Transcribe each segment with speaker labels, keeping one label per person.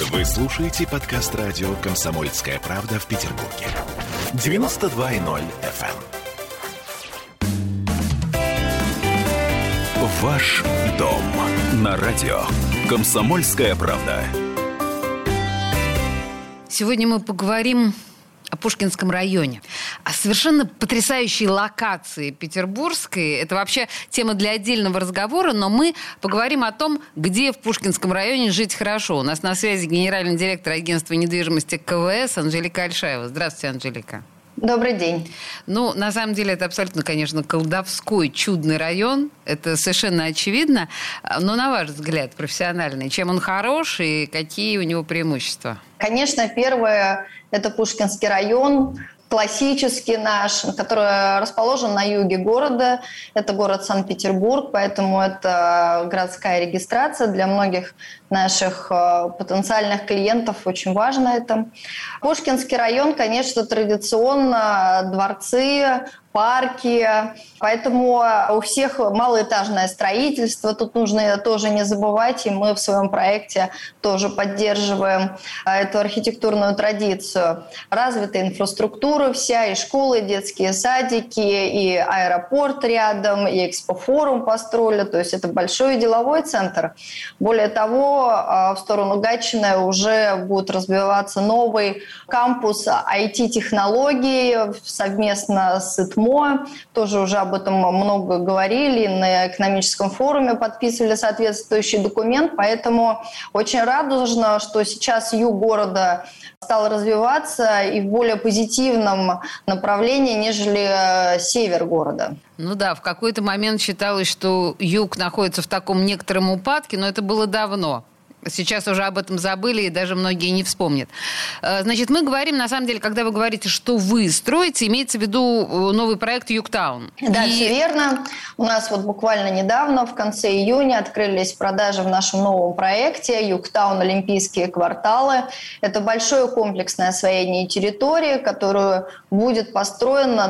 Speaker 1: Вы слушаете подкаст радио «Комсомольская правда» в Петербурге. 92.0 FM. Ваш дом на радио «Комсомольская правда».
Speaker 2: Сегодня мы поговорим о Пушкинском районе, о совершенно потрясающей локации петербургской. Это вообще тема для отдельного разговора, но мы поговорим о том, где в Пушкинском районе жить хорошо. У нас на связи генеральный директор агентства недвижимости КВС Анжелика Альшаева. Здравствуйте, Анжелика.
Speaker 3: Добрый день.
Speaker 2: Ну, на самом деле, это абсолютно, конечно, колдовской, чудный район. Это совершенно очевидно. Но, на ваш взгляд, профессиональный, чем он хорош и какие у него преимущества?
Speaker 3: Конечно, первое – это Пушкинский район, классический наш, который расположен на юге города. Это город Санкт-Петербург, поэтому это городская регистрация для многих наших потенциальных клиентов. Очень важно это. Пушкинский район, конечно, традиционно дворцы, парки, поэтому у всех малоэтажное строительство. Тут нужно тоже не забывать, и мы в своем проекте тоже поддерживаем эту архитектурную традицию. Развитая инфраструктура вся, и школы, и детские садики, и аэропорт рядом, и экспофорум построили, то есть это большой деловой центр. Более того, в сторону Гатчины уже будет развиваться новый кампус IT-технологий совместно с ИТМО. Тоже уже об этом много говорили, на экономическом форуме подписывали соответствующий документ, поэтому очень радужно, что сейчас юг города стал развиваться и в более позитивном направлении, нежели север города.
Speaker 2: Ну да, в какой-то момент считалось, что юг находится в таком некотором упадке, но это было давно. Сейчас уже об этом забыли, и даже многие не вспомнят. Значит, мы говорим, на самом деле, когда вы говорите, что вы строите, имеется в виду новый проект «Югтаун».
Speaker 3: Да, все верно. У нас вот буквально недавно, в конце июня, открылись продажи в нашем новом проекте «Югтаун. Олимпийские кварталы». Это большое комплексное освоение территории, которое будет построено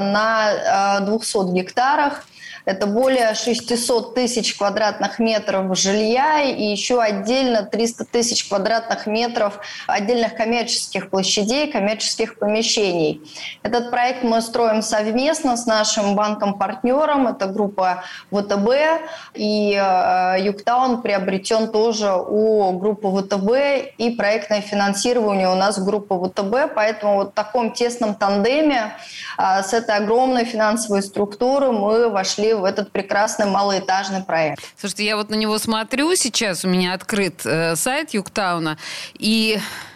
Speaker 3: на 200 гектарах. Это более 600 тысяч квадратных метров жилья и еще отдельно 300 тысяч квадратных метров отдельных коммерческих площадей, коммерческих помещений. Этот проект мы строим совместно с нашим банком-партнером, это группа ВТБ, и Югтаун приобретен тоже у группы ВТБ, и проектное финансирование у нас группа ВТБ, поэтому вот в таком тесном тандеме с этой огромной финансовой структурой мы вошли в этот прекрасный малоэтажный проект.
Speaker 2: Слушайте, я вот на него смотрю сейчас, у меня открыт сайт Югтауна, и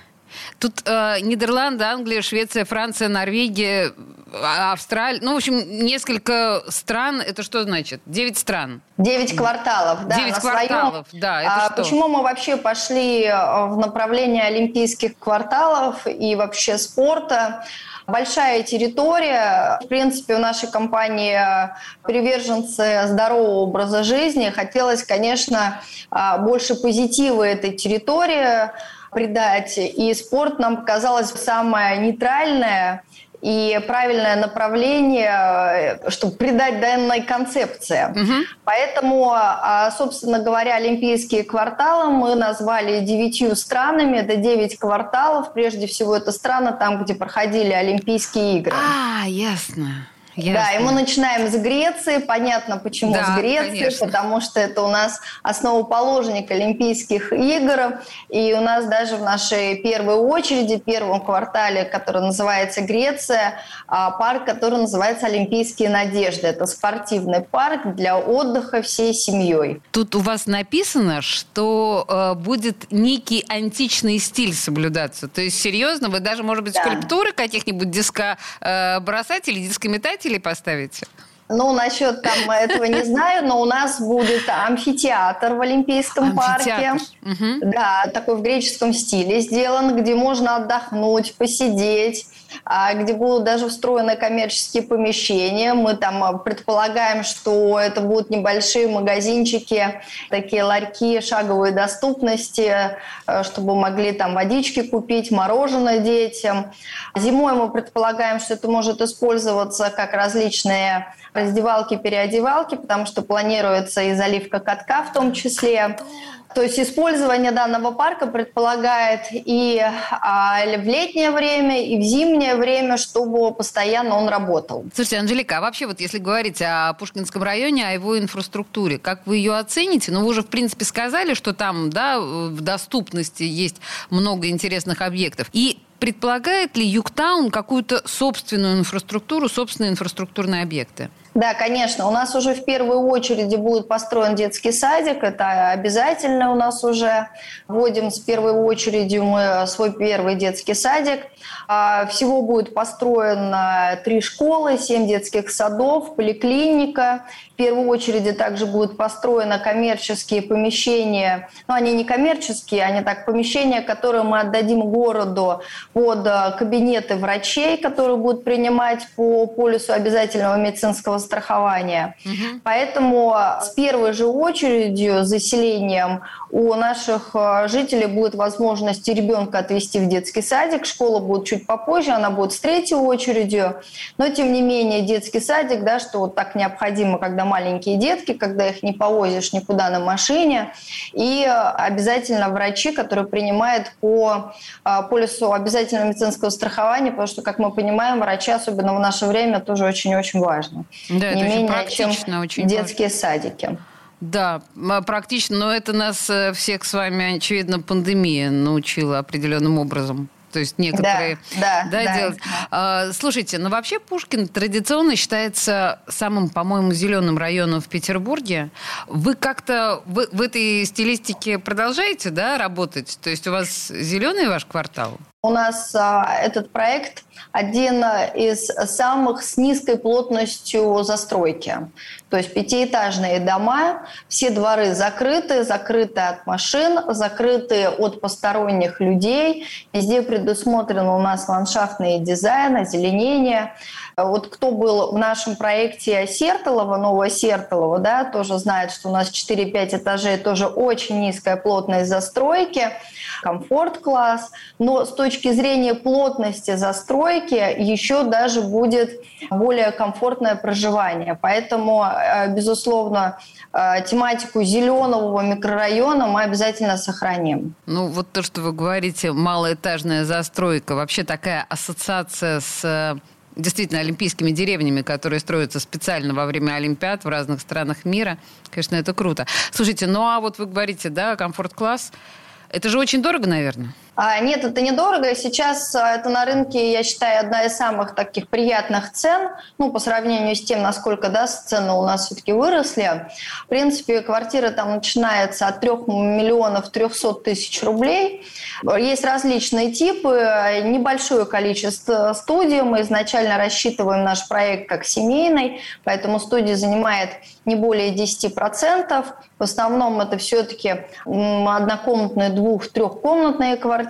Speaker 2: тут Нидерланды, Англия, Швеция, Франция, Норвегия, Австралия, ну, в общем, несколько стран. Это что значит? 9 стран.
Speaker 3: 9 кварталов, да.
Speaker 2: 9 кварталов, да. Это что?
Speaker 3: Почему мы вообще пошли в направлении олимпийских кварталов и вообще спорта? Большая территория. В принципе, у нашей компании приверженцы здорового образа жизни. Хотелось, конечно, больше позитива этой территории придать. И спорт нам показалось самое нейтральное и правильное направление, чтобы придать данной концепции. Поэтому, собственно говоря, олимпийские кварталы мы назвали 9 странами. Это 9 кварталов. Прежде всего, это страны там, где проходили Олимпийские игры.
Speaker 2: Ясно.
Speaker 3: Да, и мы начинаем с Греции. Понятно, почему с Греции,
Speaker 2: конечно.
Speaker 3: Потому что это у нас основоположник Олимпийских игр. И у нас даже в нашей первой очереди, первом квартале, который называется Греция, парк, который называется Олимпийские надежды. Это спортивный парк для отдыха всей семьей.
Speaker 2: Тут у вас написано, что будет некий античный стиль соблюдаться. То есть, серьезно, вы даже, может быть, скульптуры каких-нибудь дискобросателей, дискометателей поставите?
Speaker 3: Ну, насчет там этого не знаю, но у нас будет амфитеатр в Олимпийском парке. Да, такой в греческом стиле сделан, где можно отдохнуть, посидеть, где будут даже встроены коммерческие помещения. Мы там предполагаем, что это будут небольшие магазинчики, такие ларьки шаговой доступности, чтобы могли там водички купить, мороженое детям. Зимой мы предполагаем, что это может использоваться как различные раздевалки, переодевалки, потому что планируется и заливка катка в том числе. То есть использование данного парка предполагает и в летнее время, и в зимнее время, чтобы постоянно он работал.
Speaker 2: Слушайте, Анжелика, а вообще вот если говорить о Пушкинском районе, о его инфраструктуре, как вы ее оцените? Ну, вы уже, в принципе, сказали, что там, да, в доступности есть много интересных объектов. И предполагает ли Югтаун какую-то собственную инфраструктуру, собственные инфраструктурные объекты?
Speaker 3: Да, конечно. У нас уже в первую очередь будет построен детский садик. Это обязательно у нас уже. Вводим с первой очередью мы свой первый детский садик. Всего будет построено 3 школы, 7 детских садов, поликлиника. В первую очередь также будут построены коммерческие помещения. Но они не коммерческие, они так помещения, которые мы отдадим городу под кабинеты врачей, которые будут принимать по полису обязательного медицинского страхования. Угу. Поэтому с первой же очередью, с заселением, у наших жителей будет возможность ребенка отвезти в детский садик. Школа будет чуть попозже, она будет с 3-й очередью. Но, тем не менее, детский садик, да, что вот так необходимо, когда маленькие детки, когда их не повозишь никуда на машине. И обязательно врачи, которые принимают по полису обязательного медицинского страхования, потому что, как мы понимаем, врачи, особенно в наше время, тоже очень-очень важно.
Speaker 2: Да,
Speaker 3: не
Speaker 2: это
Speaker 3: менее,
Speaker 2: очень практично,
Speaker 3: чем
Speaker 2: очень
Speaker 3: детские садики.
Speaker 2: Да, практично, но это нас всех с вами, очевидно, пандемия научила определенным образом. То есть некоторые делать. Да. Слушайте, ну вообще Пушкин традиционно считается самым, по-моему, зеленым районом в Петербурге. Вы как-то в этой стилистике продолжаете, да, работать? То есть у вас зеленый ваш квартал?
Speaker 3: У нас этот проект один из самых с низкой плотностью застройки. То есть 5-этажные дома, все дворы закрыты от машин, закрыты от посторонних людей. Везде предусмотрен у нас ландшафтный дизайн, озеленение. Вот кто был в нашем проекте Сертолово, Новое Сертолово, да, тоже знает, что у нас 4-5 этажей, тоже очень низкая плотность застройки, комфорт-класс. Но с точки зрения плотности застройки еще даже будет более комфортное проживание. Поэтому, безусловно, тематику зеленого микрорайона мы обязательно сохраним.
Speaker 2: Ну, вот то, что вы говорите, малоэтажная застройка, вообще такая ассоциация с действительно олимпийскими деревнями, которые строятся специально во время Олимпиад в разных странах мира. Конечно, это круто. Слушайте, ну а вот вы говорите, да, комфорт-класс, это же очень дорого, наверное?
Speaker 3: Нет, это недорого. Сейчас это на рынке, я считаю, одна из самых таких приятных цен, ну, по сравнению с тем, насколько, да, цены у нас все-таки выросли. В принципе, квартира там начинается от 3 миллионов 300 тысяч рублей. Есть различные типы, небольшое количество студий. Мы изначально рассчитываем наш проект как семейный, поэтому студия занимает не более 10%. В основном это все-таки однокомнатные, 2-3-комнатные квартиры.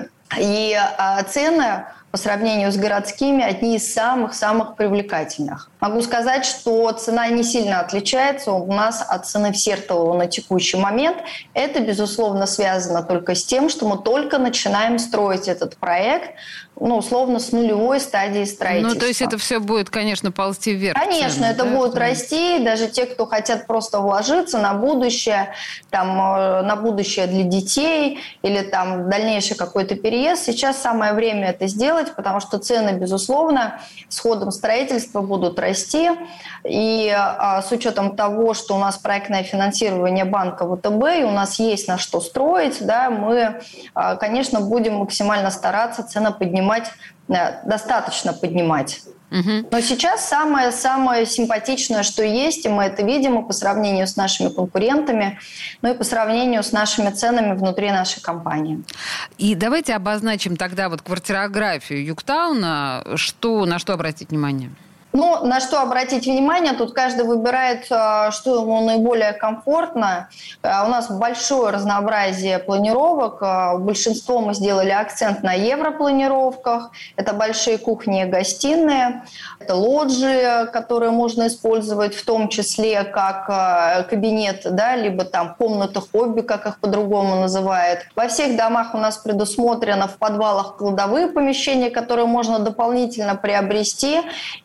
Speaker 3: И цены по сравнению с городскими одни из самых-самых привлекательных. Могу сказать, что цена не сильно отличается у нас от цены в Сертолово на текущий момент. Это, безусловно, связано только с тем, что мы только начинаем строить этот проект, ну, условно, с нулевой стадии строительства.
Speaker 2: Ну, то есть это все будет, конечно, ползти вверх.
Speaker 3: Конечно, это будет расти. Даже те, кто хотят просто вложиться на будущее, там, на будущее для детей или там дальнейший какой-то переезд, сейчас самое время это сделать, потому что цены, безусловно, с ходом строительства будут расти. И с учетом того, что у нас проектное финансирование банка ВТБ, и у нас есть на что строить, да, мы, конечно, будем максимально стараться цены поднимать, достаточно поднимать. Угу. Но сейчас самое симпатичное, что есть, и мы это видим и по сравнению с нашими конкурентами, ну и по сравнению с нашими ценами внутри нашей компании.
Speaker 2: И давайте обозначим тогда вот квартирографию Югтауна, на что обратить внимание?
Speaker 3: Ну, на что обратить внимание, тут каждый выбирает, что ему наиболее комфортно. У нас большое разнообразие планировок. Большинство мы сделали акцент на европланировках. Это большие кухни и гостиные. Это лоджии, которые можно использовать в том числе как кабинет, да, либо там комната хобби, как их по-другому называют. Во всех домах у нас предусмотрено в подвалах кладовые помещения, которые можно дополнительно приобрести и убрать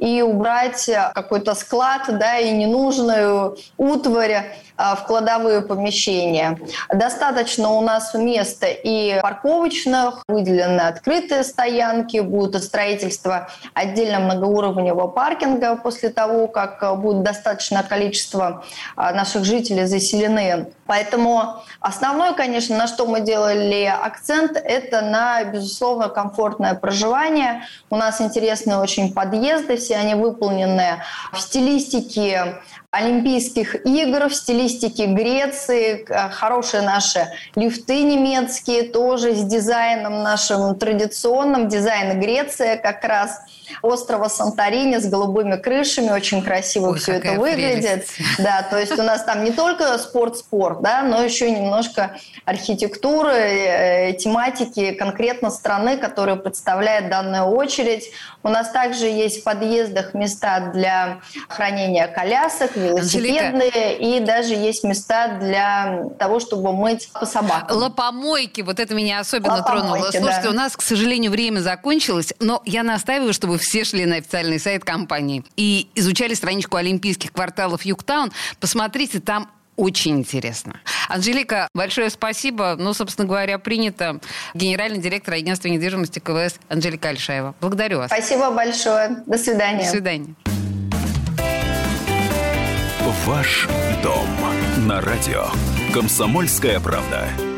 Speaker 3: убрать какой-то склад, да, и ненужную утварь в кладовые помещения. Достаточно у нас места и парковочных, выделены открытые стоянки, будет строительство отдельно многоуровневого паркинга после того, как будет достаточное количество наших жителей заселены. Поэтому основное, конечно, на что мы делали акцент, это на, безусловно, комфортное проживание. У нас интересные очень подъезды, все они выполнены в стилистике Олимпийских игр, в стилистике Греции, хорошие наши лифты немецкие, тоже с дизайном нашим традиционным, дизайн Греции как раз, острова Санторини с голубыми крышами, очень красиво все это выглядит. Да, то есть у нас там не только спорт, да, но еще немножко архитектуры, тематики конкретно страны, которую представляет данная очередь. У нас также есть в подъездах места для хранения колясок, велосипедные, и даже есть места для того, чтобы мыть по собакам.
Speaker 2: Лапомойки, вот это меня особенно тронуло. Слушайте, у нас, к сожалению, время закончилось, но я настаиваю, чтобы все шли на официальный сайт компании и изучали страничку олимпийских кварталов Югтаун. Посмотрите, там очень интересно. Анжелика, большое спасибо. Ну, собственно говоря, принято. Генеральный директор агентства недвижимости КВС Анжелика Альшаева. Благодарю вас.
Speaker 3: Спасибо большое. До свидания.
Speaker 2: До свидания.
Speaker 1: Ваш дом на радио. Комсомольская правда.